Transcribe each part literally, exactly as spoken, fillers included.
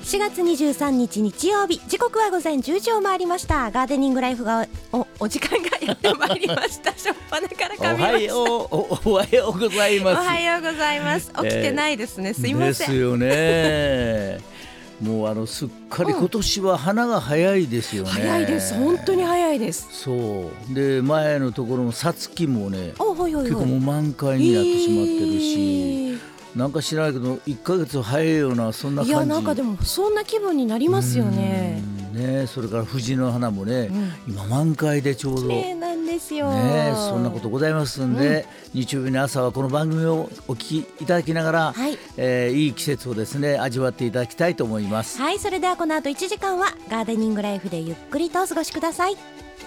しがつにじゅうさんにち日曜日、時刻は午前じゅうじを回りました。ガーデニングライフが お, お時間がやってまいりましたしょっぱなから噛みました。 おはよう お, おはようございます。 おはようございます。起きてないですね、えー、すいません。 ですよねもうあのすっかり今年は花が早いですよね、うん、 早いです。本当に早いです。 そうで、前のところもさつきもね、 おほいほいほい、 結構もう満開になってしまってるし、えー、なんか知らないけどいっかげつ早いようなそんな感じ。 いや、なんかでもそんな気分になりますよね。 ね、それから藤の花もね、うん、今満開でちょうど綺麗なんですよ、 ね、そんなことございますんで、うん、日曜日の朝はこの番組をお聞きいただきながら、はい、えー、いい季節をですね味わっていただきたいと思います。 はい、それではこの後いちじかんはガーデニングライフでゆっくりとお過ごしください。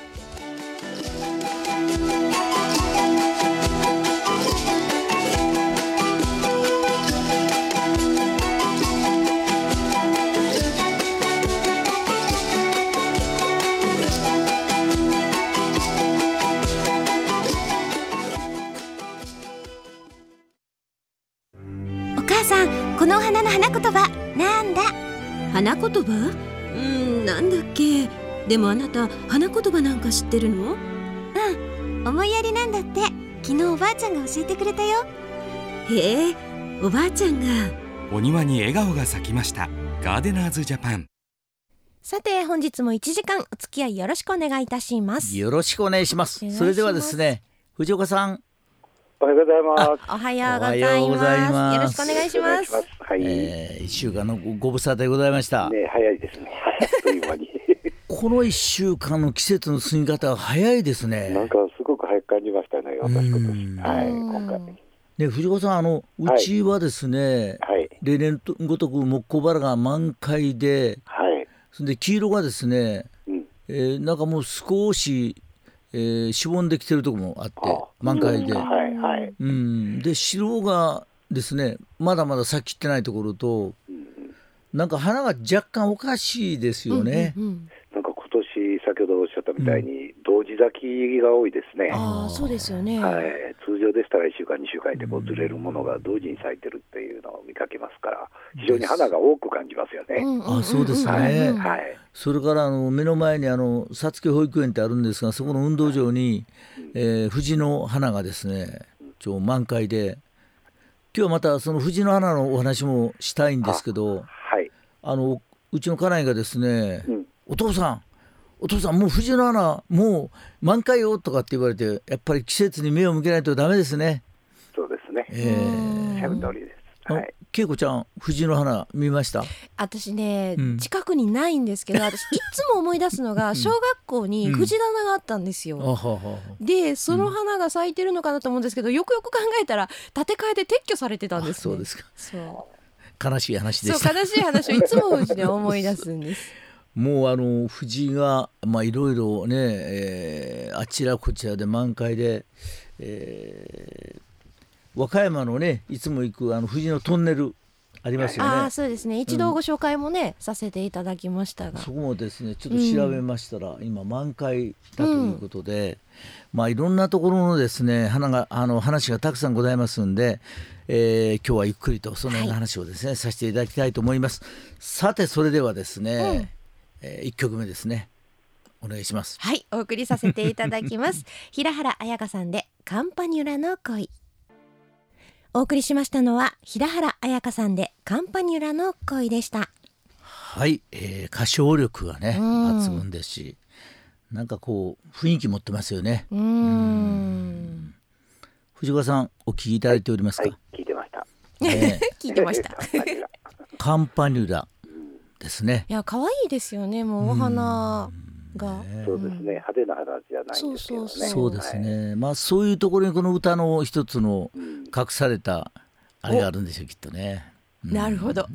このお花の花言葉なんだ？ 花言葉？うーん、なんだっけ。でもあなた花言葉なんか知ってるの？ うん、思いやりなんだって。昨日おばあちゃんが教えてくれたよ。 へえ、おばあちゃんが。 お庭に笑顔が咲きました。ガーデナーズジャパン。 さて本日もいちじかんお付き合いよろしくお願いいたします。 よろしくお願いします。それではですね、藤岡さん、 おはようございます。 おはようございます。よろしくお願いします。 はい、 えー、いっしゅうかんのご無沙汰でございました、 ね、早いですねという間にこのいっしゅうかんの季節の過ぎ方が早いですね。 なんかすごく早く感じましたね、私今年、はい、今回ね、藤岡さん、あのうちはですね、はい、例年ごとく木工バラが満開で、はい、それで黄色がですね、うんえー、なんかもう少しえー、しぼんできてるところもあって満開で、はいはい、うん、で白がですねまだまだ咲きってないところと、うん、なんか花が若干おかしいですよね、うんうんうん、 なんか今年先ほどおっしゃったみたいに、うん、同時咲きが多いですね。 あ、そうですよね、 はい、通常でしたらいっしゅうかんにしゅうかんでこうずれるものが同時に咲いてるっていうのを見かけますから非常に花が多く感じますよね、うんうん、 あ、そうですね、 はいはい、それからあの目の前にあのさつき保育園ってあるんですが、そこの運動場に、えー、藤の花がですねちょ満開で、今日はまたその藤の花のお話もしたいんですけど、あ、はい、あのうちの家内がですね、うん、お父さんお父さんもう藤の花もう満開よとかって言われて、やっぱり季節に目を向けないとダメですね。 そうですね、えー、しゃべ通りです。はい、 恵子ちゃん藤の花見ました？ 私ね、うん、近くにないんですけど、私いつも思い出すのが小学校に藤棚があったんですよ、うん、でその花が咲いてるのかなと思うんですけど、よくよく考えたら建て替えで撤去されてたんですね。 そうですか。 そう悲しい話でした。 そう、悲しい話をいつもうちで思い出すんですもうあの藤がまあいろいろね、えー、あちらこちらで満開で、えー、和歌山のねいつも行くあの藤のトンネルありますよね。 あ、そうですね、一度ご紹介もね、うん、させていただきましたが、 そこもですねちょっと調べましたら、うん、今満開だということで、うん、まあいろんなところのですね花があの話がたくさんございますんで、えー、今日はゆっくりとそのような話をですね、はい、させていただきたいと思います。さてそれではですね、うんえー、いっきょくめですね、お願いします。 はい、お送りさせていただきます平原綾香さんでカンパニュラの恋。お送りしましたのは平原綾香さんでカンパニュラの恋でした。 はい、えー、歌唱力がね抜群ですし、なんかこう雰囲気持ってますよね。うーん、藤川さんお聞きいただいておりますか？ はいはい、聞いてました、 ね、聞いてましたカンパニュラですね。 いや可愛いですよね、もうお花が、 ね、そうですね、派手な話じゃないんですけどね。 そうそうそう、 そうですね、はい、まあそういうところにこの歌の一つの隠されたあれがあるんでしょう、きっとね。 なるほど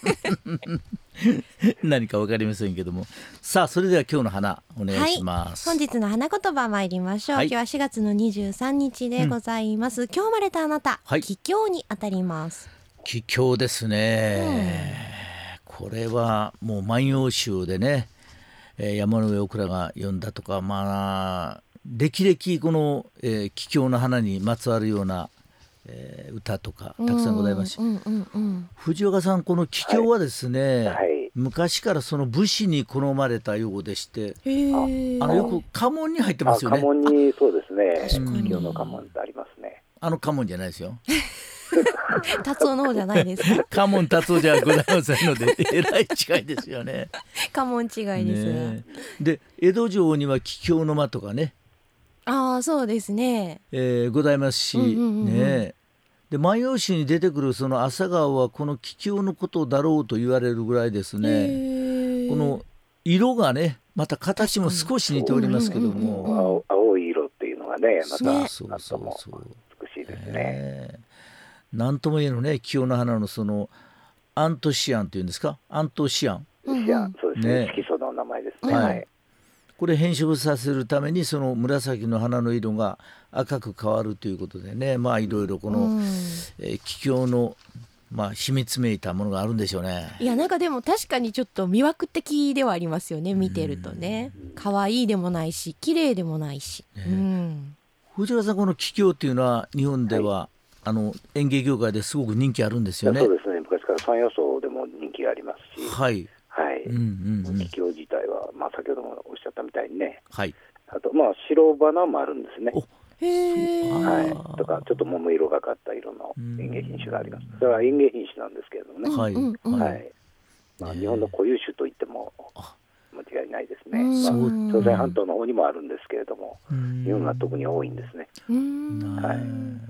何か分かりませんけども、さあそれでは今日の花お願いします、 はい、本日の花言葉参りましょう、はい、今日はしがつのにじゅうさんにちでございます、うん、今日生まれたあなた、はい、帰郷にあたります。 帰郷ですね、うん、これはもう万葉集でね、えー、山の上オクラが読んだとか、まあ歴々この、えー、帰郷の花にまつわるようなえー、歌とかたくさんございますし、うんうんうんうん、藤岡さんこの帰郷はですね、はいはい、 昔からその武士に好まれたようでして、 へああのよく家紋に入ってますよね。 家紋にそうですね。 確かに桔梗の家紋ってありますね。 あの家紋じゃないですよ。 達夫の方じゃないですか。 家紋達夫じゃございませんのでえらい違いですよね。 家紋違いですが、 ね、で江戸城には桔梗の間とかね、 ああそうですね、 えー、ございますし、 うんうんうんうんね、で万葉集に出てくるその朝顔はこの桔梗のことだろうと言われるぐらいですね。この色がねまた形も少し似ておりますけども、 うんうんうん青, 青い色っていうのがねまたねそうそうそう美しいですね。 えーなんとも言えるね桔梗の花のそのアントシアンというんですか、アントシアン、 うんうんいやそうですね、 ね色素の名前ですね。 はいはい、 これ変色させるためにその紫の花の色が赤く変わるということでね、まあいろいろこの、 うんえー桔梗のまあ秘密めいたものがあるんでしょうね。 いやなんかでも確かにちょっと魅惑的ではありますよね、見てるとね。可愛いでもないし綺麗でもないし、 ねうん、 藤原さんこの桔梗っていうのは日本では、はい、あの園芸業界ですごく人気あるんですよね。 そうですね、昔から山陽荘でも人気がありますし、 はい、 はい、 うんうんうん、 桔梗自体は、まあ、先ほどもおっしゃったみたいにね、 はい、 あとまあ白花もあるんですね。 へー、 はい、とかちょっと桃色がかった色の園芸品種があります。それは園芸品種なんですけれどもね、 はい、 うんうんはい、まあ、日本の固有種といっても間違いないですね。 うん、 まあ、朝鮮半島の方にもあるんですけれども、 うん日本が特に多いんですね。 うん、 はい、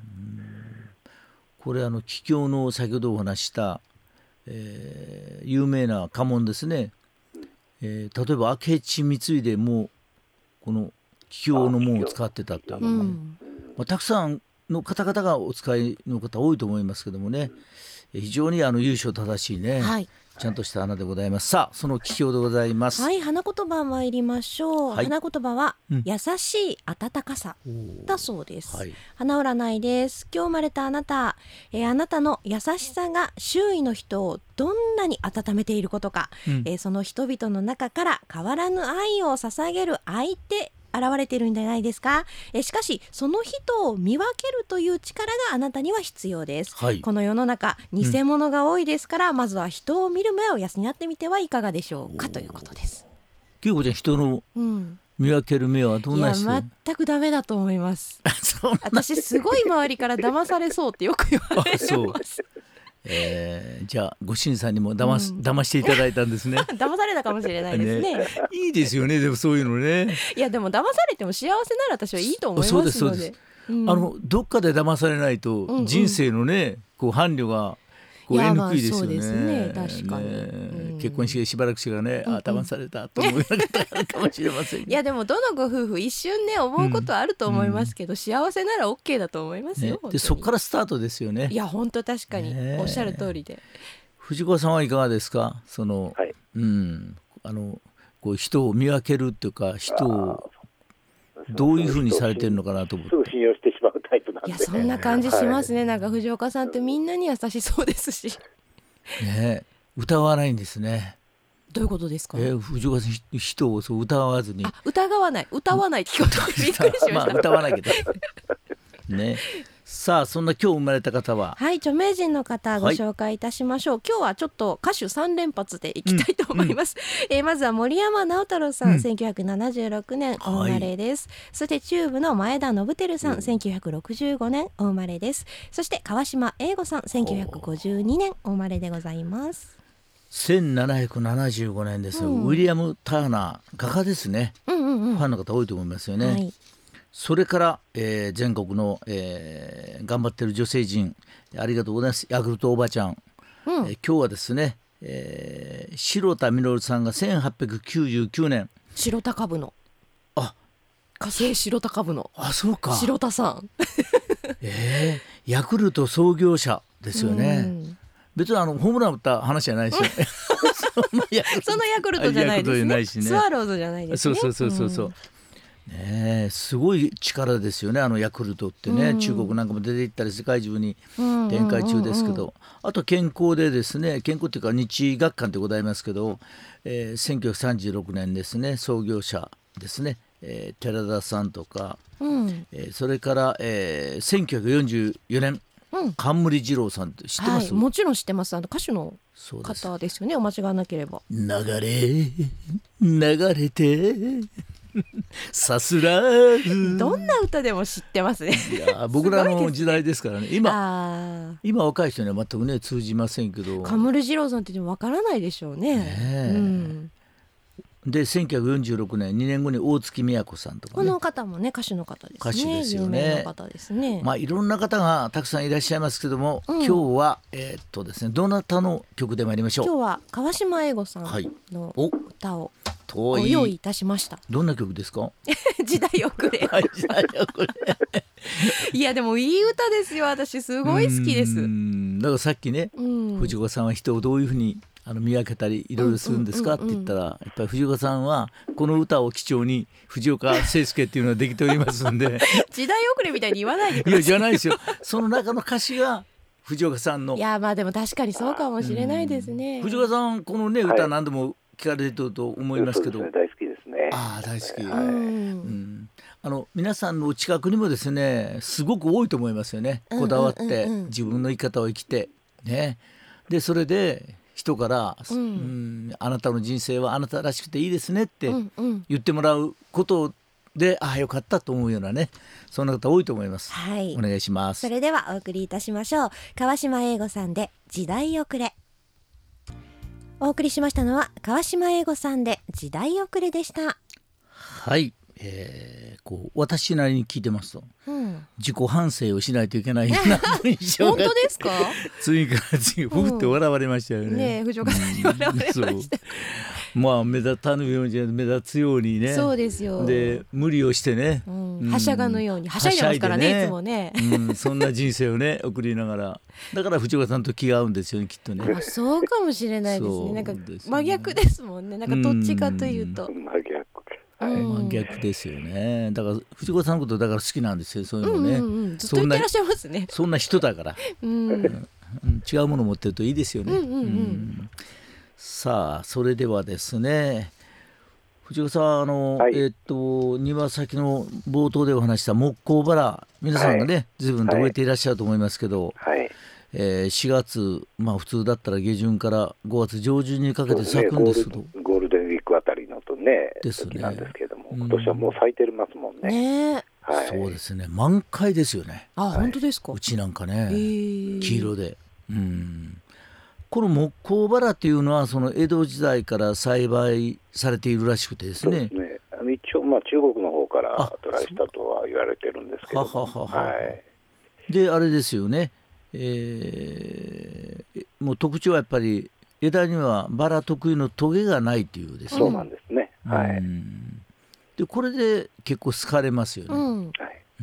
これあの桔梗の先ほどお話した、えー、有名な家紋ですね、えー、例えば明智光秀もこの桔梗の門を使ってたという、ね、 うんまあ、たくさんの方々がお使いの方多いと思いますけどもね、非常にあの由緒正しいね、 はい、 ちゃんとした花でございます。さあその桔梗でございます。 はい、花言葉参りましょう、 はい、 花言葉は、 うん、 優しい温かさだそうです、 はい、 花占いです。今日生まれたあなた、えー、あなたの優しさが周囲の人をどんなに温めていることか、うん、えー、その人々の中から変わらぬ愛を捧げる相手現れているんじゃないですか。えしかしその人を見分けるという力があなたには必要です、はい、この世の中偽物が多いですから、うん、まずは人を見る目を養ってみてはいかがでしょうかということです。 きゅうこちゃん人の見分ける目はどんな人？ いや全くダメだと思います私すごい周りから騙されそうってよく言われます。 えー、じゃあご主人さんにも騙す、うん、騙していただいたんですね騙されたかもしれないですねね、いいですよね。でもそういうのね、 いやでも騙されても幸せなら私はいいと思いますので、 そうですそうです、うん、あのどっかで騙されないと人生のね、うんうん、こう伴侶がこう得にくいですよね。 そうですね、確かに、 ね、 うん、 結婚してしばらくしてからね、うんうん、あ騙されたと思うようなことがあるかもしれません、ね、 いやでもどのご夫婦一瞬ね思うことあると思いますけど、うん、幸せなら OK だと思いますよ、 ね、でそこからスタートですよね。 いや本当確かに、ね、おっしゃる通りで。 藤子さんはいかがですか。その、 はい、 うん、あのこう人を見分けるっていうか人をどういうふうにされてるのかなと思って、 すぐ信用してしまうタイプなんで。 いやそんな感じしますね、はい、なんか藤岡さんってみんなに優しそうですしね、疑わないんですね。 どういうことですか。 えー、藤岡さん人をそう疑わずに。 あ疑わない歌わないって聞こえたびっくりしましたまあ歌わないけどね。さあそんな今日生まれた方は、 はい、著名人の方ご紹介いたしましょう、はい、今日はちょっと歌手さん連発でいきたいと思います、うんうん、えー、まずは森山直太朗さん、うん、せんきゅうひゃくななじゅうろくねんお生まれです、はい、そしてチューブの前田信輝さん、うん、せんきゅうひゃくろくじゅうごねんお生まれです。そして川島英吾さんせんきゅうひゃくごじゅうにねんお生まれでございます。 せんななひゃくななじゅうごねんですよ、うん、ウィリアム・ターナー画家ですね、 うんうんうん、 ファンの方多いと思いますよね、はい。それから、えー、全国の、えー、頑張ってる女性陣ありがとうございます。ヤクルトおばちゃん、うん、えー、今日はですね、えー、白田稔さんがせんはっぴゃくきゅうじゅうきゅうねん白田株のあ火星白田株のあそうか白田さんえー、ヤクルト創業者ですよね、うん、別にあのホームラン打った話じゃないですよねそのヤクルトじゃないですね、 ないしね、 スワローズじゃないですね。 そうそうそうそう、うんね、すごい力ですよねあのヤクルトってね、うん、中国なんかも出て行ったり世界中に展開中ですけど、うんうんうんうん、あと健康でですね、健康っていうか日学館でございますけど、えー、せんきゅうひゃくさんじゅうろくねんですね創業者ですね、えー、寺田さんとか、うん、えー、それから、えー、せんきゅうひゃくよんじゅうよねんうん、 冠二郎さんって知ってます？ はい、もちろん知ってます。あの歌手の方ですよね、お間違いなければ。 流れ流れてさすらう、 どんな歌でも知ってますね。 いや僕らの時代ですからね。今あ今若い人には全くね通じませんけど、 冠二郎さんってでもわからないでしょうね。 ね、 うん、 でせんきゅうひゃくよんじゅうろくねんにねんごに大月みや子さんとかね、 この方もね歌手の方ですね。 歌手ですよね。 有名な方ですね。 まあいろんな方がたくさんいらっしゃいますけども、うん、今日はえー、っとですねどなたの曲で参りましょう。 今日は川島英吾さんの歌をご用意いたしました。 どんな曲ですか？ 時代遅れ。 時代遅れいやでもいい歌ですよ。私すごい好きです。 だからさっきね、うん、藤岡さんは人をどういうふうにあの見分けたりいろいろするんですかって言ったら、やっぱり藤岡さんはこの歌を基調に藤岡誠介っていうのができておりますんで時代遅れみたいに言わないでください。 いやじゃないですよ。その中の歌詞が藤岡さんの。 いやまあでも確かにそうかもしれないですね。 藤岡さんこのね歌何度も聞かれてると思いますけど、 はい、大好きですね。 ああ大好き、 はい、 うん、あの皆さんのお近くにもですねすごく多いと思いますよね。こだわって自分の生き方を生きてね、でそれで人から、うんうん、あなたの人生はあなたらしくていいですねって言ってもらうことで、ああよかったと思うようなね、そんな方多いと思います、 はい、 お願いします。 それではお送りいたしましょう。川島英吾さんで時代遅れ。お送りしましたのは川島英吾さんで時代遅れでした。 はい、えー、こう私なりに聞いてますと、うん、自己反省をしないといけないような文章が本当ですか？ 次から次ふって笑われましたよね、うん、 ねえ藤岡さんに笑われました、 うん、まあ目立たぬように目立つようにね。 そうですよ。で無理をしてね、 うんうん、はしゃがぬようにはしゃいでますからね、いつもね、 うん、そんな人生をね送りながら、だから藤岡さんと気が合うんですよねきっとね。 あそうかもしれないですね。なんか真逆ですもんね。なんかどっちかというと、うん、 真逆はい、まあ、逆ですよね。だから藤子さんのことだから好きなんですよ、そういうのね、うんうんうん、 ずっと言ってらっしゃいますね。 そんな人だから、うん、違うもの持ってるといいですよね、うんうんうんうん、さあそれではですね藤子さんあの、はい、えー、っと庭先の冒頭でお話した木工バラ皆さんがね、はい、随分と植えていらっしゃると思いますけど、はい、えー、しがつ、まあ普通だったら下旬からごがつ上旬にかけて咲くんですけど、 ゴールデンウィークあたりのとねですね、時なんですけれども、今年はもう咲いてますもんね。ね、 はい、そうですね、満開ですよね。 あ、本当ですか。 うちなんかね、黄色で、うん、この木工バラっていうのはその江戸時代から栽培されているらしくてですね。そうですね、 あの一応まあ中国の方から渡来したとは言われてるんですけど、はははは、はい、 であれですよね、えー、もう特徴はやっぱり枝にはバラ特有のトゲがないっていうですね。 そうなんですね、はい、うん、 でこれで結構好かれますよね、うん、はい、うん、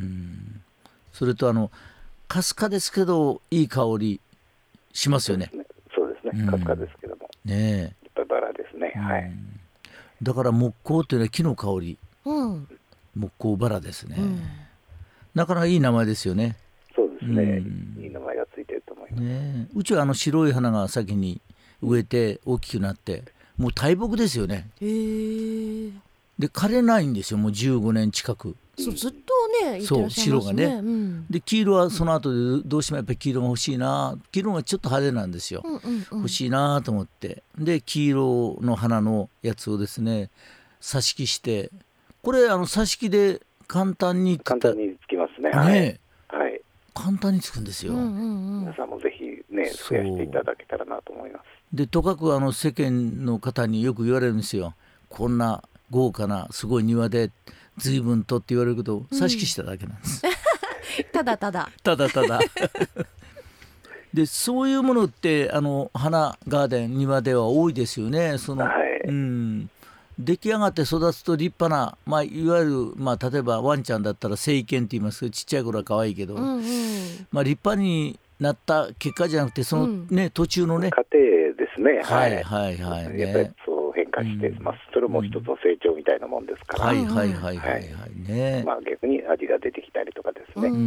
それとあのかすかですけどいい香りしますよね。 そうですね、かすかですけども、 うん、ねえ、 やっぱりバラですね、うん、はい、 だから木工っていうのは木の香り、うん、木工バラですね、うん、なかなかいい名前ですよね。 そうですね、うん、いい名前がついてると思います、 ね、うちはあの白い花が先に植えて大きくなってもう大木ですよね。へー、で枯れないんですよ、もうじゅうごねん近く。 そうずっとね、 そう白がね、うん、で黄色はその後でどうしてもやっぱり黄色が欲しいな、黄色がちょっと派手なんですよ、うんうんうん、欲しいなと思って、で黄色の花のやつをですね挿し木して、これあの挿し木で簡単に簡単につきますね、 ね、 はい、 簡単につくんですよ、うんうんうん、皆さんもぜひね増やしていただけたらなと思います。 でとかくあの世間の方によく言われるんですよ、こんな豪華なすごい庭で随分とって言われるけど、挿し木しただけなんです、うん、 ただただただただでそういうものってあの花ガーデン庭では多いですよね。その、はい、うん、出来上がって育つと立派な、まあ、いわゆる、まあ、例えばワンちゃんだったら成犬って言いますけど、ちっちゃい頃は可愛いけど、うんうん、まあ、立派になった結果じゃなくてその、ね、うん、途中のね過程ですね、 はいはいはい、ね、 やっぱりそう変化して、うん、まあ、それも一つの成長みたいなもんですから、 はいはいはいはいはい、ね、 まあ、逆に味が出てきたりとかですね、うん、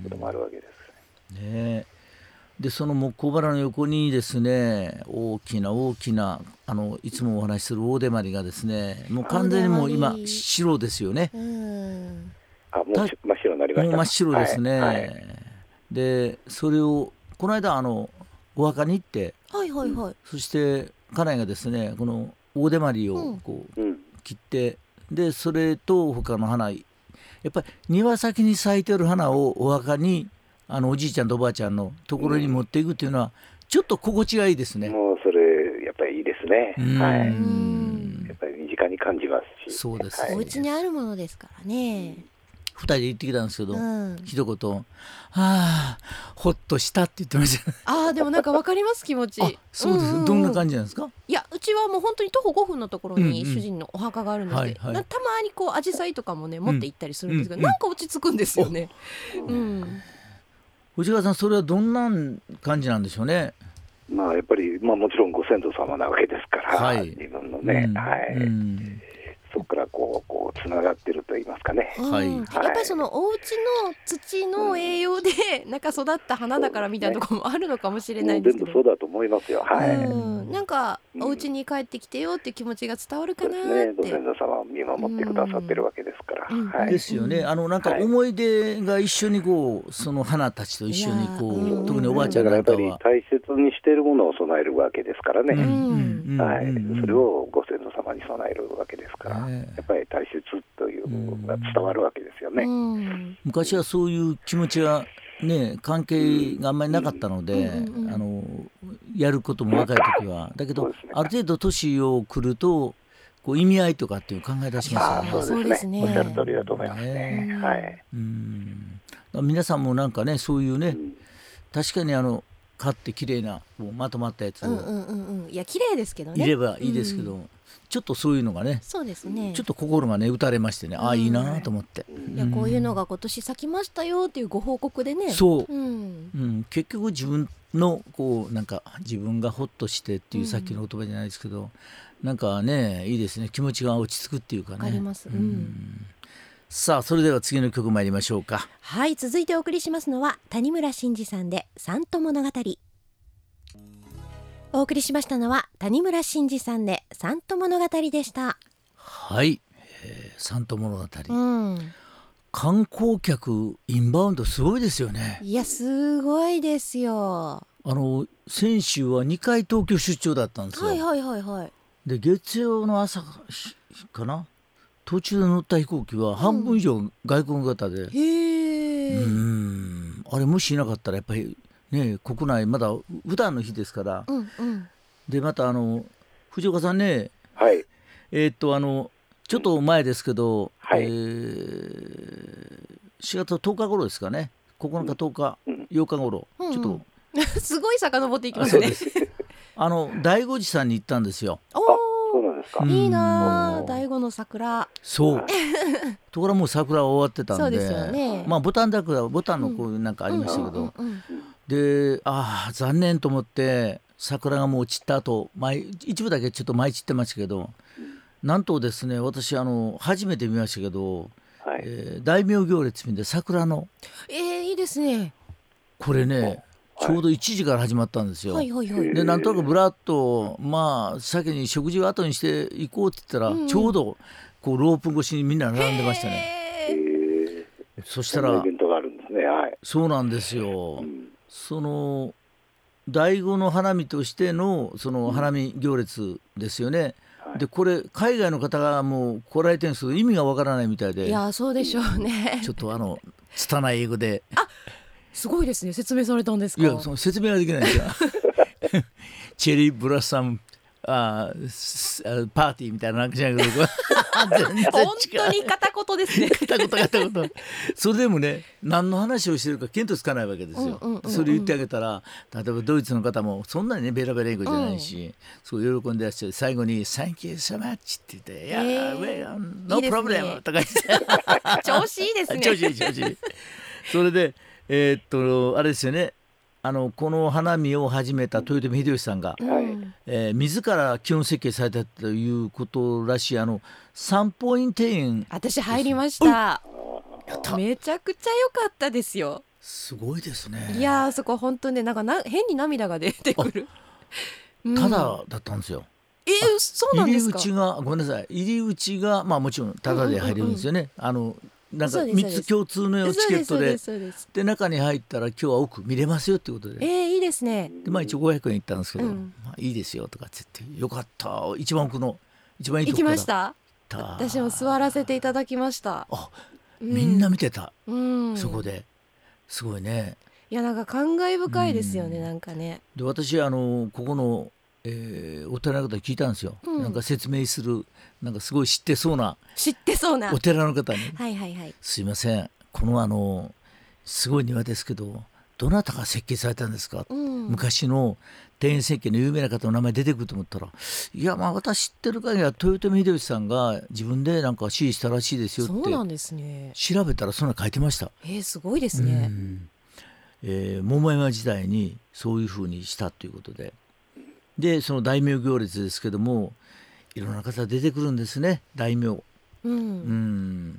こともあるわけですね。でその木工バラの横にですね大きな大きなあのいつもお話しする大手まりがですね、もう完全にもう今白ですよね。 うん、あもう真っ白になりました。 もう真っ白ですね、はいはい、 でそれをこの間あのお墓に行って、 はいはいはい、 そして家内がですねこの大手まりをこう、うん、切ってでそれと他の花やっぱり庭先に咲いてる花をお墓にあのおじいちゃんとおばあちゃんのところに持っていくっていうのはちょっと心地がいいですね。 もうそれやっぱりいいですね。はい、やっぱり身近に感じますし。 そうです、 はい、お家にあるものですからね。 ふたりで行ってきたんですけど、 うん、 一言はあほっとしたって言ってましたああでもなんかわかります気持ち。 あそうです、うんうん、どんな感じなんですか。 いやうちはもう本当に徒歩ごふんのところに主人のお墓があるので、うんうんはいはい、たまにこうアジサイとかもね持って行ったりするんですけど、うんうん、なんか落ち着くんですよね。うん、 藤川さんそれはどんな感じなんでしょうね。 まあやっぱり、まあ、もちろんご先祖様なわけですから、はい、自分のね、うんはい、うんそこからこうこうつながってると言いますかね、 はい、やっぱりそのお家の土の栄養でなんか育った花だからみたいなところもあるのかもしれないですけど、 全部そうだと思いますよ、はいうん、なんかお家に帰ってきてよっていう気持ちが伝わるかなって、うんね、 ご先祖様を見守ってくださってるわけですから、うんはい、 ですよね。あのなんか思い出が一緒にこうその花たちと一緒にこう、うん、特におばあちゃんなんかはだからやっぱり大切にしているものを備えるわけですからね、うんはいうん、それをご先祖様に備えるわけですから、うん、やっぱり大切というのが伝わるわけですよね、うん、 昔はそういう気持ちがね関係があんまりなかったので、うん、あのやることも若い時はだけど、ね、ある程度年を来るとこう意味合いとかっていう考え出しますよね。 そうですね、おっしゃる通りだと思いますね、ねはい、 うん皆さんもなんかねそういうね、うん、確かにあの買って綺麗なもうまとまったやつを、うんうんうんうん、いや綺麗ですけどねいればいいですけど、うん、ちょっとそういうのがねそうですねちょっと心がね打たれましてね、うん、ああいいなと思って、 うん、いやこういうのが今年咲きましたよっていうご報告でねそう、うんうん、結局自分のこうなんか自分がホッとしてっていうさっきの言葉じゃないですけど、うん、なんかねいいですね気持ちが落ち着くっていうかね。 わかります、うん、 さあそれでは次の曲参りましょうか。 はい続いてお送りしますのは谷村新司さんで三都物語。お送りしましたのは谷村新司さんで三都物語でした。 はい、えー、三都物語、 うん、 観光客インバウンドすごいですよね。 いやすごいですよ。 あの先週はにかい東京出張だったんですよ。 はいはいはいはいで月曜の朝かな途中で乗った飛行機は半分以上外国型で、うん、 へーうんあれもしいなかったらやっぱりね、国内まだ普段の日ですから、 うんうん、でまたあの藤岡さんね、 はい、 えー、っとあのちょっと前ですけど、はいえー、しがつとおか頃ですかねここのかとおか、うん、ようか頃、うんうん、ちょっとすごい遡っていきますね。 あの醍醐寺さんに行ったんですよ。 おそうなんですか。 いいな醍醐の桜。 そうところがもう桜は終わってたんでそうですよね。 まあボタン桜ボタンのこういうなんかありましたけど、でああ残念と思って桜がもう散った後一部だけちょっと舞い散ってましたけど、なんとですね私あの初めて見ましたけど、はいえー、大名行列見て桜のえー、いいですねこれねちょうどいちじから始まったんですよ、 はいはいはいはい、 でなんとなくブラッとまあ先に食事を後にして行こうって言ったら、うん、ちょうどこうロープ越しにみんな並んでましたね。そしたらイベントがあるんですね、はい、 そうなんですよ、うん、その醍醐の花見としてのその花見行列ですよね、うんはい、でこれ海外の方がもう来られてるんですけど意味がわからないみたいで。 いやそうでしょうね。 ちょっとあの拙い英語であすごいですね説明されたんですか。 いやその説明はできないんですよチェリーブラッサムあパーティーみたいななんかじゃないけど本当に片言ですね片言片言それでもね何の話をしてるか見当つかないわけですよ、うんうんうんうん、それ言ってあげたら例えばドイツの方もそんなにねベラベラ英語じゃないし、うん、そう喜んでらっしゃる最後に Thank you so much って言っていや、えー、No problem とか言って調子いいですね調子いい調子いいそれでえー、っとあれですよねあのこの花見を始めた豊臣秀吉さんが、はいえー、自ら基本設計されたということらしいあの三宝院庭園私入りました。めちゃくちゃ良かったですよ。 すごいですね。 いやそこ本当ねなんかな変に涙が出てくる、 うん、ただだったんですよ。 えー、そうなんですか。 入り口がごめんなさい入り口がまあもちろんただで入れるんですよね、うんうんうん、あのなんかみっつ共通のチケット で, で, で中に入ったら今日は奥見れますよってことで、 えー、いいですね。 で、まあ、一応ごひゃくえん行ったんですけど、うんまあ、いいですよとかって言ってよかった一番奥の一番いいとこから行きました。私も座らせていただきました。 あ、みんな見てた、うん、そこですごいね。 いやなんか感慨深いですよね、うん、なんかね。 で私あのここの、えー、お寺の方に聞いたんですよ、うん、なんか説明するなんかすごい知ってそうな知ってそうなお寺の方にはいはいはい、 すいませんこのあのすごい庭ですけどどなたが設計されたんですか、うん、昔の庭園設計の有名な方の名前出てくると思ったらいやまあ私知ってる限りは豊臣秀吉さんが自分でなんか指示したらしいですよってそうなんですね。 調べたらそんな書いてました。 えー、すごいですね、 うんえー、桃山時代にそういうふうにしたということででその大名行列ですけどもいろんな方出てくるんですね大名、うんうん、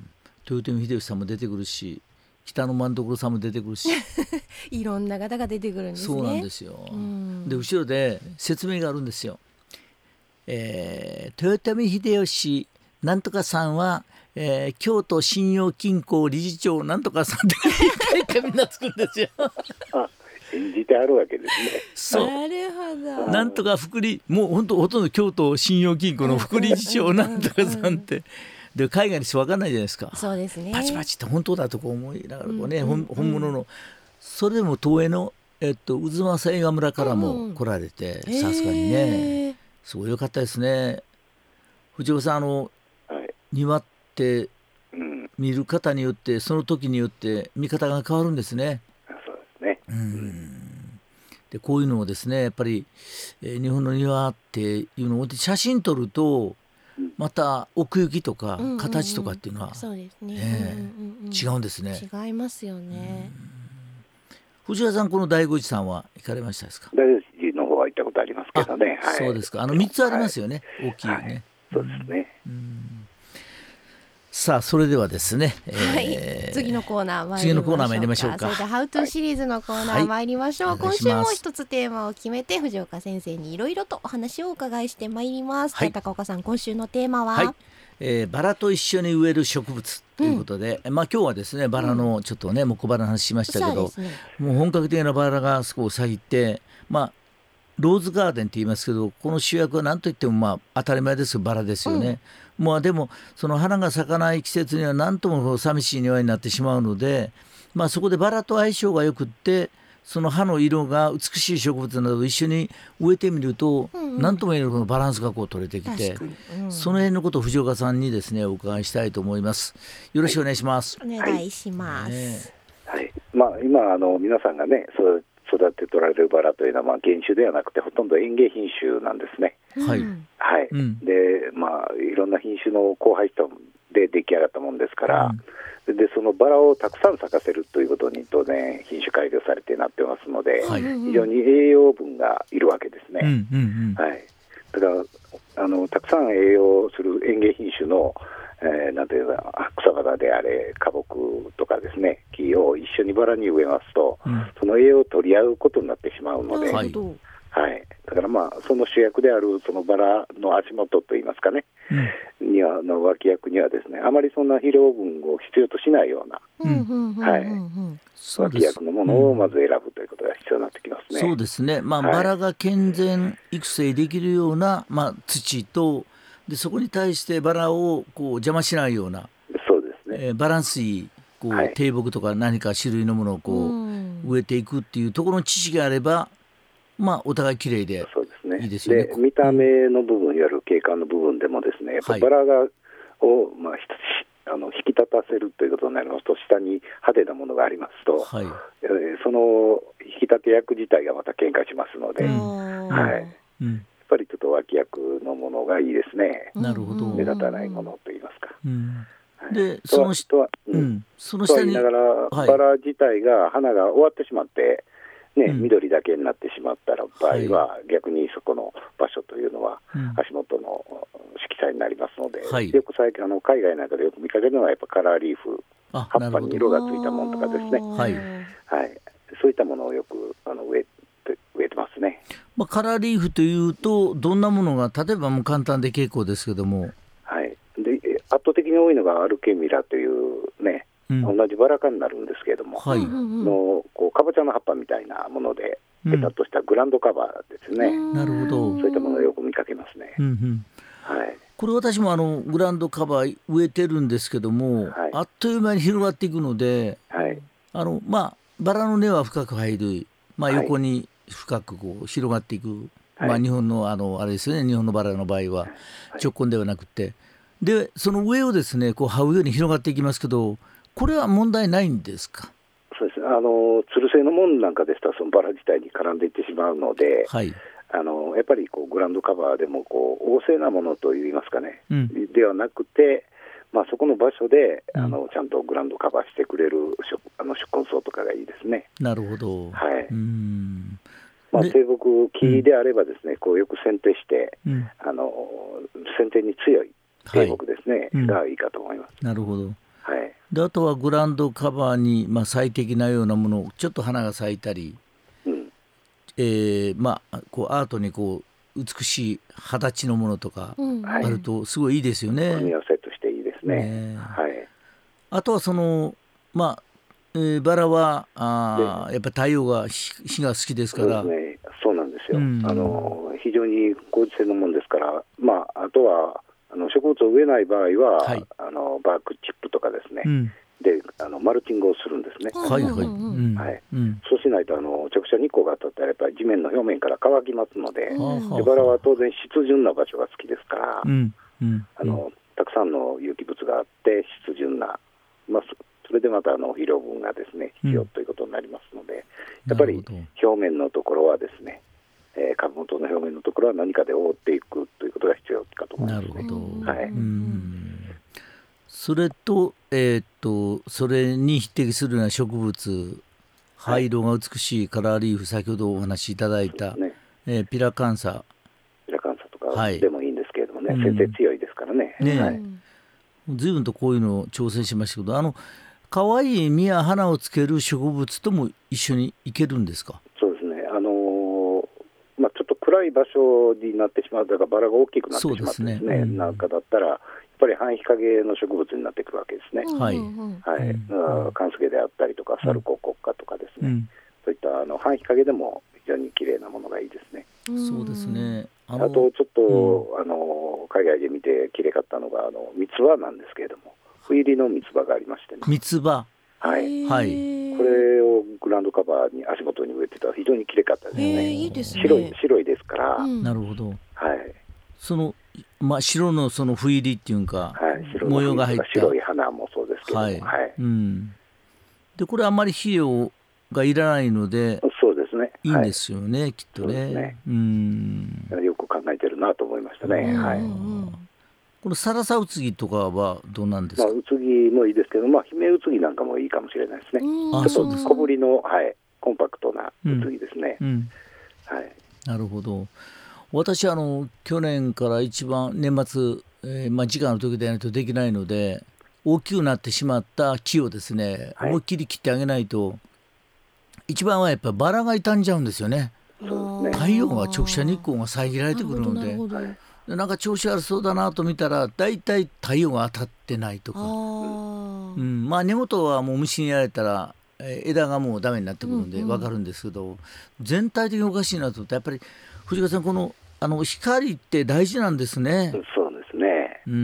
豊臣秀吉さんも出てくるし北の万所さんも出てくるしいろんな方が出てくるんですね。 そうなんですよ、うん、で後ろで説明があるんですよ、えー、豊臣秀吉なんとかさんは、えー、京都信用金庫理事長なんとかさんって一回みんなつくんですよあ演じてあるわけですね。 そうなるほど。 なんとか副理もう本当ほとんど京都信用金庫の副理事長なんとかさんってで海外の人分かんないじゃないですか。 そうですね。 パチパチって本当だとこう思いながらこうね、うんうんうん、本物のそれでも東映の、えっと、渦政映画村からも来られてさすがにねすごい良かったですね。藤岡さんあの、はい、庭って見る方によってその時によって見方が変わるんですね。 そうですね。 うんでこういうのをですねやっぱり、えー、日本の庭っていうのを写真撮るとまた奥行きとか形とかっていうのは違うんですね。 違いますよね。 藤原さんこの醍醐寺さんは行かれましたですか。 醍醐寺の方は行ったことありますけどね、はい、 そうですか。あのみっつありますよね、はい、大きいね、はい、 そうですね。 うんさあそれではですね、 はいえー、 次のコーナー次のコーナー参りましょうか。 それでは How to シリーズのコーナー参りましょう、はい、今週も一つテーマを決めて藤岡先生にいろいろとお話をお伺いしてまいります、はい、高岡さん今週のテーマは、はいえー、バラと一緒に植える植物ということで、うんまあ、今日はですねバラのちょっとね木バラの話しましたけど、ね、もう本格的なバラが少し咲いてまあローズガーデンって言いますけどこの主役は何といってもまあ当たり前ですバラですよね、うんまあ、でもその花が咲かない季節には何とも寂しい庭になってしまうので、まあ、そこでバラと相性がよくってその葉の色が美しい植物などを一緒に植えてみると、うんうん、何とも言えるこのバランスがこう取れてきて、うん、その辺のことを藤岡さんにですねお伺いしたいと思います。よろしくお願いします。 はい、お願いします、ねはいまあ、今あの皆さんがねそう育てておられるバラというのはまあ原種ではなくてほとんど園芸品種なんですね。 はい、 はいうん、でまあいろんな品種の交配種で出来上がったものですから、うん、でそのバラをたくさん咲かせるということに当然品種改良されてなってますので、はい、非常に栄養分がいるわけですね。うんうんうんはい、だからあのたくさん栄養する園芸品種のえー、なんていうか草花であれ花木とかですね木を一緒にバラに植えますと、うん、その栄養を取り合うことになってしまうので、はいはい、だからまあその主役であるそのバラの足元といいますかね、うん、にはの脇役にはですねあまりそんな肥料分を必要としないような、うんはい、脇役のものをまず選ぶということが必要になってきますね。 そうですね、まあはい、バラが健全育成できるような、まあ、土とでそこに対してバラをこう邪魔しないようなそうですね、 えー、バランスいいこう、はい、低木とか何か種類のものをこう、うん、植えていくっていうところの知識があれば、まあ、お互いきれいでいいですよね。 で見た目の部分いわゆる景観の部分でもですねやっぱりバラがを、まあ、あの引き立たせるということになりますと下に派手なものがありますと、はいえー、その引き立て役自体がまた喧嘩しますので、うんはいうんやっぱりちょっと脇役のものがいいですね。 なるほど。 目立たないものといいますか。 うんはい、でその下は、うん、その下にとは言いながら、はい、バラ自体が花が終わってしまって、ねうん、緑だけになってしまったら場合は、はい、逆にそこの場所というのは、うん、足元の色彩になりますので、はい、よく最近あの海外なんかでよく見かけるのはやっぱカラーリーフ葉っぱに色がついたものとかですね、はいはい、そういったものをよくあの植え植えてますね。 まあ、カラーリーフというとどんなものが例えばもう簡単で結構ですけども、 はい、で圧倒的に多いのがアルケミラというね、うん、同じバラ科になるんですけれども、はい、のこうかぼちゃの葉っぱみたいなものでペタッとしたグランドカバーですね、うん、 なるほど。 そういったものをよく見かけますね、うんうん、 はい、これ私もあのグランドカバー植えてるんですけども、はい、あっという間に広がっていくので、はい、あのまあバラの根は深く入る、まあ、横に深くこう広がっていく、はい、まあ、日本のあのあれですよね、日本のバラの場合は直根ではなくて、でその上をですねこう這うように広がっていきますけど、これは問題ないんですか？ そうですね、あのつる性のものなんかですとそのバラ自体に絡んでいってしまうので、はい、あのやっぱりこうグラウンドカバーでもこう旺盛なものといいますかね、うん、ではなくて、まあ、そこの場所で、うん、あのちゃんとグラウンドカバーしてくれるあの宿根草とかがいいですね。 なるほど、 はい、うーん、まあ、低木木であればですね、うん、こうよく剪定して、うん、あの剪定に強い低木ですね、はい、うん、がいいかと思います。 なるほど、はい、であとはグラウンドカバーに、まあ、最適なようなもの、ちょっと花が咲いたり、うん、えーまあ、こうアートにこう美しい形のものとかあるとすごいいいですよね。 組み合わせとしていいですね。ね、はい、 あとはその、まあえー、バラはあやっぱり太陽が日が好きですから。 そうですね、そうなんですよ、うん、あの非常に好事性のものですから、まあ、あとはあの植物を植えない場合は、はい、あのバークチップとかですね、うん、であのマルチングをするんですね。はいはい、はい、うん、そうしないとあの直射日光が当たったらやっぱり地面の表面から乾きますので、うん、でバラは当然湿潤な場所が好きですから、うんうん、あのたくさんの有機物があって湿潤な、まあ、それでまたあの肥料分がですね必要ということになりますので、うん、やっぱり表面のところはですね、えー、株元の表面のところは何かで覆っていくということが必要かと思いますね。 なるほど、 はい、うん、 それと、えー、っとそれに匹敵するような植物、灰色が美しいカラーリーフ、先ほどお話しいただいた、ね、えー、ピラカンサピラカンサとかでもいいんですけれどもね、はい、先生強いですからね、うん、ね、はい、 随分とこういうのを挑戦しましたけど、あの可愛い実や花をつける植物とも一緒にいけるんですか？ そうですね、あのーまあ、ちょっと暗い場所になってしまうとバラが大きくなってしまってですね、そうですね、うん、なんかだったらやっぱり半日陰の植物になってくるわけですね。はい、はい、うん、カンスゲであったりとかサルココッカとかですね、うん、そういったあの半日陰でも非常に綺麗なものがいいですね。 そうですね、 あのあとちょっと、うん、あの海外で見て綺麗かったのがあの三つ葉なんですけれども、斑入りの三つ葉がありましてね。 三つ葉、 はい、はい、これをグラウンドカバーに足元に植えてたら非常に綺麗かったですね。 いいですね、 白い、白いですから、うん、 なるほど、 はい、 その、まあ、白のその斑入りっていうか、はい、白の模様が入った白い花もそうですけども、はいはい、 うん、でこれあんまり肥料がいらないので、 そうですね、 いいんですよね、はい、きっとね。そうですね、うん、 よく考えてるなと思いましたね。はい、 このサラサウツギとかはどうなんですか？ まあ、ウツギもいいですけど、まあ、姫ウツギなんかもいいかもしれないですね。 あ、 ちょっと小ぶりの、はい、コンパクトなウツギですね、うんうん、はい、 なるほど。私あの去年から一番年末、えーまあ、時間の時でないとできないので、大きくなってしまった木をですね、はい、思いっきり切ってあげないと、一番はやっぱりバラが傷んじゃうんですよね。 そうですね、 太陽が直射日光が遮られてくるので、な, なんか調子悪そうだなと見たらだいたい太陽が当たってないとか、うん、まあ根元はもう虫にやられたら枝がもうダメになってくるんで分かるんですけど、うんうん、全体的におかしいなと思って、やっぱり藤川さん、このあの光って大事なんですね。 そうですね、 うん、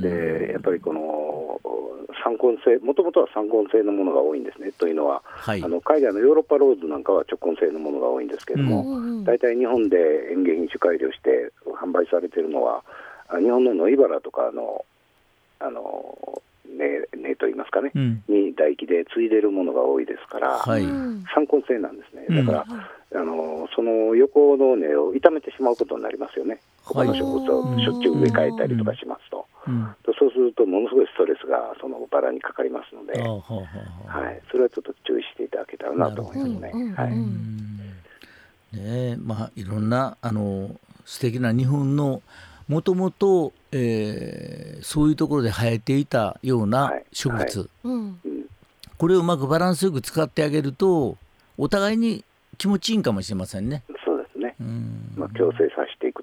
でやっぱりこの三根性、もともとは三根性のものが多いんですね。というのは、はい、あの海外のヨーロッパローズなんかは直根性のものが多いんですけれども、大体、うん、日本で園芸品種改良して販売されているのは日本の野いばらとかのあの根、根といいますかね、うん、に唾液で継いでいるものが多いですから、はい、三根性なんですね。だから、うん、あのその横の根を傷めてしまうことになりますよね。他の植物をしょっちゅう植え替えたりとかしますと、うん、そうするとものすごいストレスがそのバラにかかりますので、はい、それはちょっと注意していただけたらなと思いますね。はい、 ね、まあ、いろんなあの素敵な日本のもともとそういうところで生えていたような植物、はいはい、これをうまくバランスよく使ってあげるとお互いに気持ちいいかもしれませんね。 そうですね、うん、まあ、共生させていくといいますか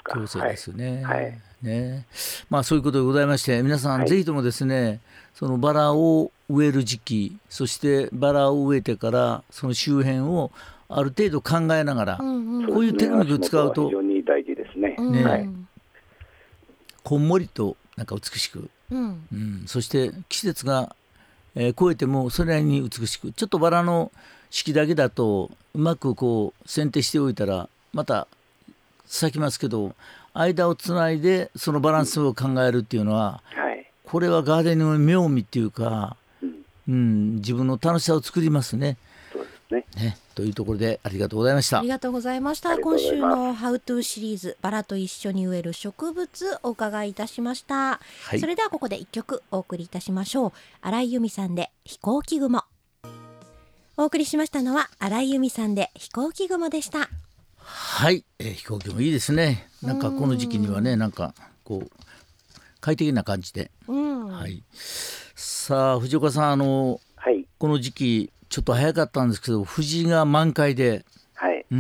か。 共生ですね。 はいはいね、まあそういうことでございまして、皆さんぜひともですね、はい、そのバラを植える時期、そしてバラを植えてからその周辺をある程度考えながら、うんうん、こういうテクニックを使うと非常に大事ですね。 ね、 はい、 こんもりとなんか美しく、うんうん、そして季節が、えー、超えてもそれなりに美しく、ちょっとバラの式だけだとうまくこう剪定しておいたらまた咲きますけど、間をつないでそのバランスを考えるっていうのは、うん、はい、これはガーデニングの妙味っていうか、うんうん、自分の楽しさを作りますね。 そうですね。 ね、というところでありがとうございました。 ありがとうございました。今週のハウトゥーシリーズ、バラと一緒に植える植物お伺いいたしました、はい、それではここでいっきょくお送りいたしましょう。新井由美さんで飛行機雲。お送りしましたのは新井由美さんで飛行機雲でした。 はい、えー、飛行機もいいですね。なんかこの時期にはね、なんかこう快適な感じで、はい、さあ藤岡さん、あの、はい、この時期ちょっと早かったんですけど藤が満開で、はい、うん、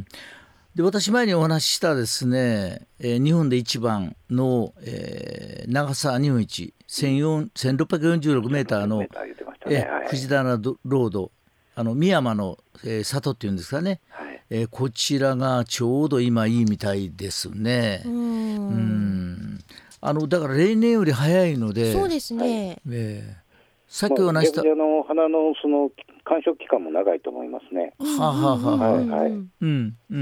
で私前にお話ししたですね、えー、日本で一番の、えー、長さ日本一せんろっぴゃくよんじゅうろくメーターの、ね、えー、藤棚ロード、あの深山の、えー、里っていうんですかね、はい、えー、こちらがちょうど今いいみたいですね。うん、うん、あのだから例年より早いので。 そうですね、はい、 えーさっきお話した、 まあ、の花のその観賞期間も長いと思いますね。 はあ、はあはあ、はいはい、うんうんうん、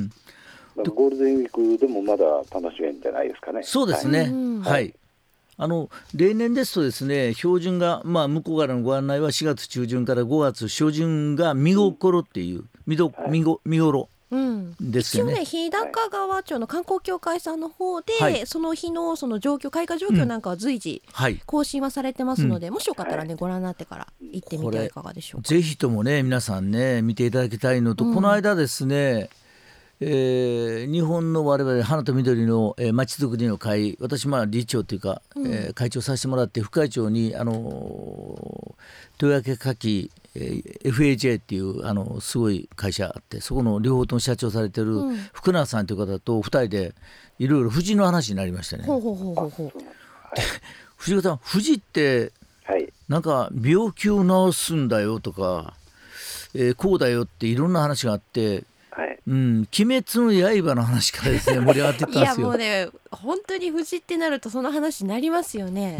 ゴールデンウィークでもまだ楽しめるんじゃないですかね。 そうですね、はい、はい、あの例年ですとですね、標準が、まあ、向こうからのご案内はしがつ中旬からごがつ初旬が見頃っていう、うん、見ど、はい、見ご、見頃うん、ですよね。 一応ね、日高川町の観光協会さんの方で、はい、その日のその状況、開花状況なんかは随時更新はされてますので、うん、もしよかったらね、ご覧になってから行ってみてはいかがでしょうか。 ぜひともね皆さんね見ていただきたいのと、うん、この間ですね、えー、日本の我々花と緑のまちづくりの会、私まあ理事長というか、うん、えー、会長させてもらって、副会長にあの豊明花きエフエージェー っていうあのすごい会社あって、そこの両方とも社長されてる福永さんという方とふたりでいろいろ藤の話になりましたね。ほうほうほうほうほう。藤岡さん、藤ってなんか病気を治すんだよとか、えー、こうだよっていろんな話があって、はい、うん、鬼滅の刃の話からですね盛り上がっていったんですよ。 いやもうね、本当に藤ってなるとその話になりますよね。 うん、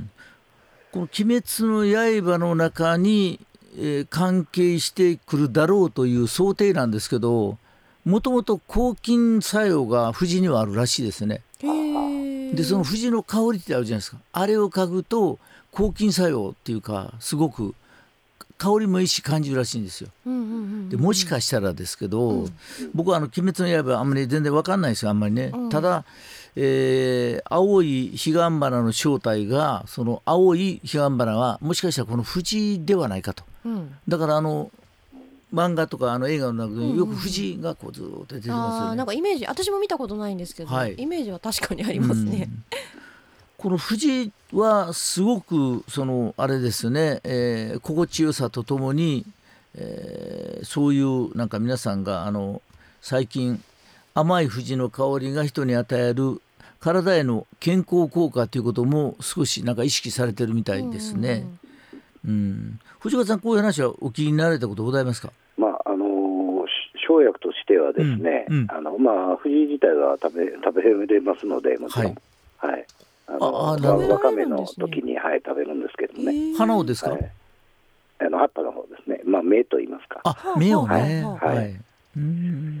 この鬼滅の刃の中に、えー、関係してくるだろうという想定なんですけど、もともと抗菌作用が藤にはあるらしいですね。へー。でその藤の香りってあるじゃないですか、あれを嗅ぐと抗菌作用っていうかすごく香りもいいし感じるらしいんですよ。でもしかしたらですけど、うん、僕はあの鬼滅の刃あんまり全然分かんないですよ、あんまりね、うん、ただ、えー、青い彼岸花の正体が、その青い彼岸花はもしかしたらこの藤ではないかと、うん、だからあの漫画とかあの映画の中でよく藤がこうずっと出てますよね。 うんうん、あ、なんかイメージ、私も見たことないんですけど、はい、イメージは確かにありますね。うん、 この藤はすごくそのあれですね、えー、心地よさとともに、えー、そういうなんか皆さんがあの最近甘い藤の香りが人に与える体への健康効果ということも少しなんか意識されてるみたいですね。うんうんうん、藤川さん、こういう話はお聞きになられたことございますか？ まああのー、生薬としてはですね、うんうん、あのまあ、藤自体は食べ食べれますので、もちろん、はいはい、あのあわかめの時に、はい、食べるんですけどね。 花をですか？ はい、あの葉っぱの方ですね、まあ、芽と言いますか。 あ、芽をね、はいはいはい、うん、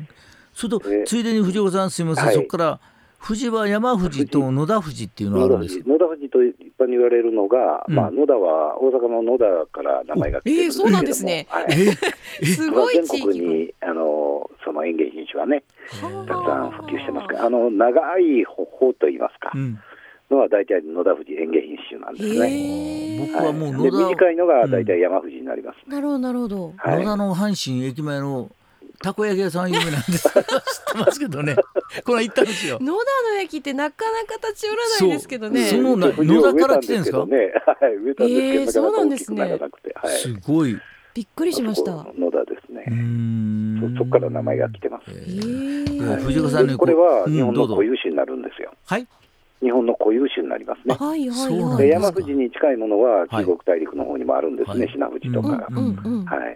それとついでに藤岡さんすみません、はい、そこから藤は山藤と野田藤っていうのがあるんですか？ 野田藤と一般に言われるのが、うん、まあ、野田は大阪の野田から名前が来てるんですけども、 えー、そうなんですね、はい、すごい地域、 全国にあのその園芸品種はねたくさん普及してますから、あの長い穂といいますか、うん、のは大体野田藤園芸品種なんですね。 僕はもう野田、 はい、短いのが大体山藤になります、ね。 うん、なるほどなるほど、 はい、野田の阪神駅前のたこ焼き屋さんは有名なんです知ってますけどねこれ行ったんですよ。 野田の駅ってなかなか立ち寄らないですけどね。 その野田から来てるんですか？ ね、はい、植えたんですけど、 えー、そうなんですね。 なかなか大きくならなくて、はい、 すごいびっくりしました。 野田ですね。うーん、 そこから名前が来てます。 えーはい、藤岡さんにこれは日本の固有種になるんですよ。 はい。 日本の固有種になりますね。 はいはいはい、 で山富士に近いものは中国大陸の方にもあるんですね、はい、シナフジとか、はい、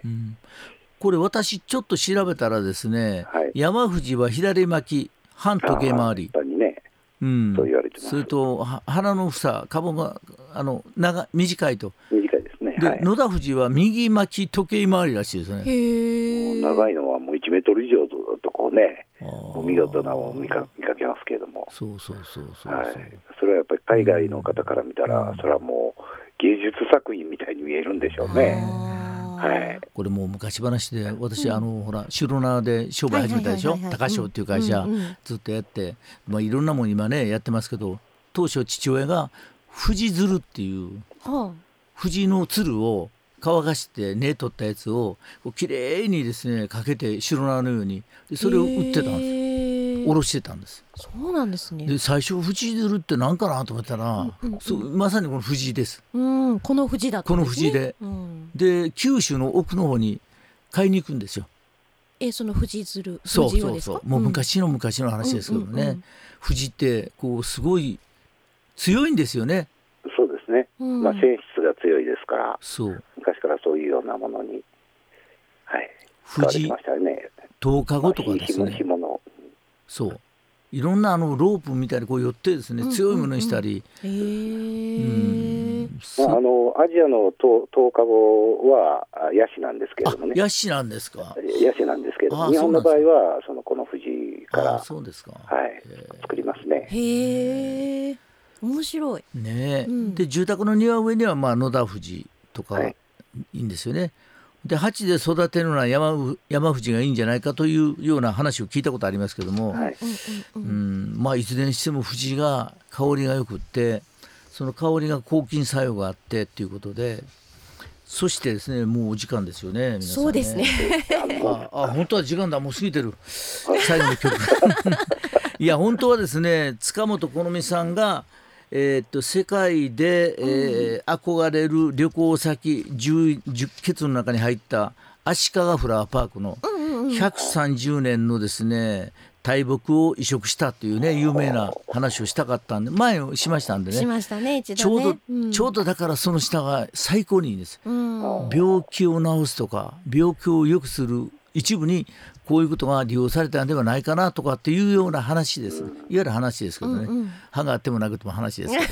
これ私ちょっと調べたらですね、はい、山富士は左巻き半時計回り、 ねうん、そう言われてます。 それと鼻の房株があの長短いと短いですね。 で、 はい、 野田富士は右巻き時計回りらしいですね。 へ長いのはもういちメートル以上とこうね見事なのを見か、見かけますけれども、 そうそうそうそう、 はい、それはやっぱり海外の方から見たら、うん、それはもう芸術作品みたいに見えるんでしょうね。はい、 これもう昔話で私、うん、あのほら白縄で商売始めたでしょ、高商っていう会社、うんうん、ずっとやって、まあ、いろんなもん今ねやってますけど、当初父親が富士鶴っていう、はあ、富士の鶴を乾かして根取ったやつをきれいにですねかけて白縄のようにでそれを売ってたんです。おろしてたんです。 そうなんですね。 で最初富士鶴って何かなと思ったら、うんうんうん、そうまさにこの富士です。 うん、この富士だったんですね。 この富士で、うん、で九州の奥の方に買いに行くんですよ。 えその富士鶴、 そうそうそう、もう昔の昔の話ですけどね、うんうんうん、富士ってこうすごい強いんですよね。 そうですね、うんまあ、性質が強いですから、 そう昔からそういうようなものに、はい、使われてましたね。 とおかごとかですね、 紐のそういろんなあのロープみたいにこう寄ってですね、うんうんうん、強いものにしたり、 へー、 うんまあ、あのアジアのとおかごはヤシなんですけれどもね。 ヤシなんですか。 ヤシなんですけれども、日本の場合はそのこの富士からそうですか、 はい、作りますね。 へー、面白いね、うん、で住宅の庭上にはまあ野田富士とかいいんですよね、はい、で鉢で育てるのは 山, 山富士がいいんじゃないかというような話を聞いたことありますけども、はいうんまあ、いずれにしても富士が香りがよくってその香りが抗菌作用があってということで、そしてですねもうお時間ですよね、皆さんね。 そうですねああ本当は時間だ、もう過ぎてる最後の曲いや本当はですね塚本好美さんがえー、っと世界で、えー、憧れる旅行先 10, 10ケツの中に入った足利フラワーパークのひゃくさんじゅうねんのですね大木を移植したというね有名な話をしたかったんで前をしましたんでね、 しましたね一度ね、 ちょうど、 うん、 ちょうどだからその下が最高にいいんです、 うん、 病気を治すとか病気を良くする一部にこういうことが利用されたのではないかなとかっていうような話です、うん、いわゆる話ですけどね、うんうん、歯があってもなくても話ですけ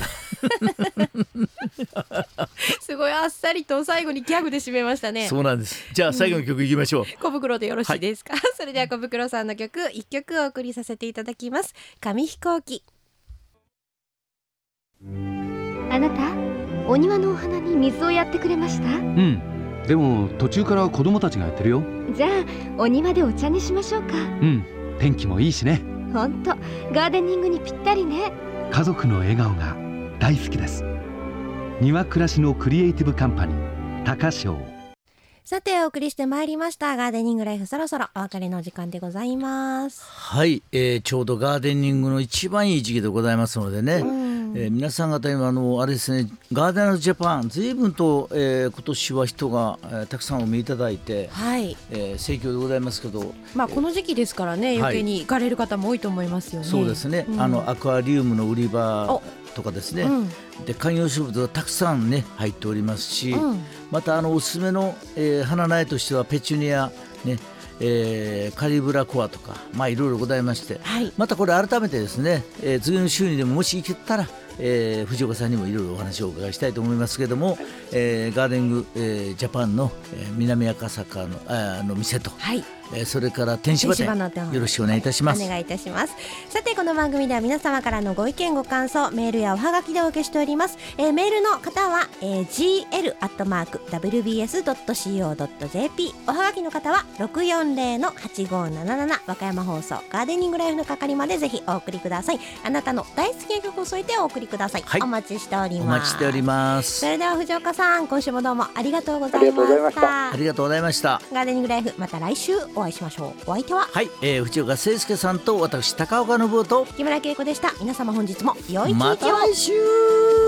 どすごいあっさりと最後にギャグで締めましたね。 そうなんです。じゃあ最後の曲いきましょう、うん、 小袋でよろしいですか、はい、それでは小袋さんの曲いっきょくお送りさせていただきます。紙飛行機。 あなたお庭のお花に水をやってくれました？ うん、でも途中から子供たちがやってるよ。 じゃあお庭でお茶にしましょうか。 うん、天気もいいしね。 ほんとガーデニングにぴったりね。 家族の笑顔が大好きです。庭暮らしのクリエイティブカンパニー高商。 さてお送りしてまいりましたガーデニングライフ、そろそろお別れの時間でございます。 はい、えー、ちょうどガーデニングの一番いい時期でございますのでね、うんえー、皆さん方今あのあれですねガーデナーズジャパン随分と、えー、今年は人が、えー、たくさんお見いただいて、 はいえー、盛況でございますけど、 まあ、この時期ですからね、えー、余計に行かれる方も多いと思いますよね。 そうですね、うん、あのアクアリウムの売り場とかですね、うん、で観葉植物がたくさんね入っておりますし、うん、またあのおすすめの、えー、花苗としてはペチュニアねえー、カリブラコアとかまあいろいろございまして、はい、またこれ改めてですね、えー、次の週にでももし行けたら、えー、藤岡さんにもいろいろお話をお伺いしたいと思いますけれども、えー、ガーデニング、えー、ジャパンの、えー、南赤坂 の, あの店と、はいえー、それから天芝店よろしくお願いいたします。 お願いいたします。さてこの番組では皆様からのご意見ご感想メールやおはがきでお受けしております。えー、メールの方は、えー、ジーエル アットマーク ダブリュービーエス ドット シーオー ドット ジェーピー おはがきの方はろくよんぜろ はちごなななな和歌山放送ガーデニングライフの係までぜひお送りください。あなたの大好きな曲を添えてお送りください、はい、お待ちしております。 お待ちしております。 それでは藤岡さん今週もどうもありがとうございました。 ありがとうございました。 ガーデニングライフまた来週お会いしましょう。お相手ははい、えー、藤岡誠介さんと私高岡信夫と木村恵子でした。皆様本日も良い一日を。 また来週。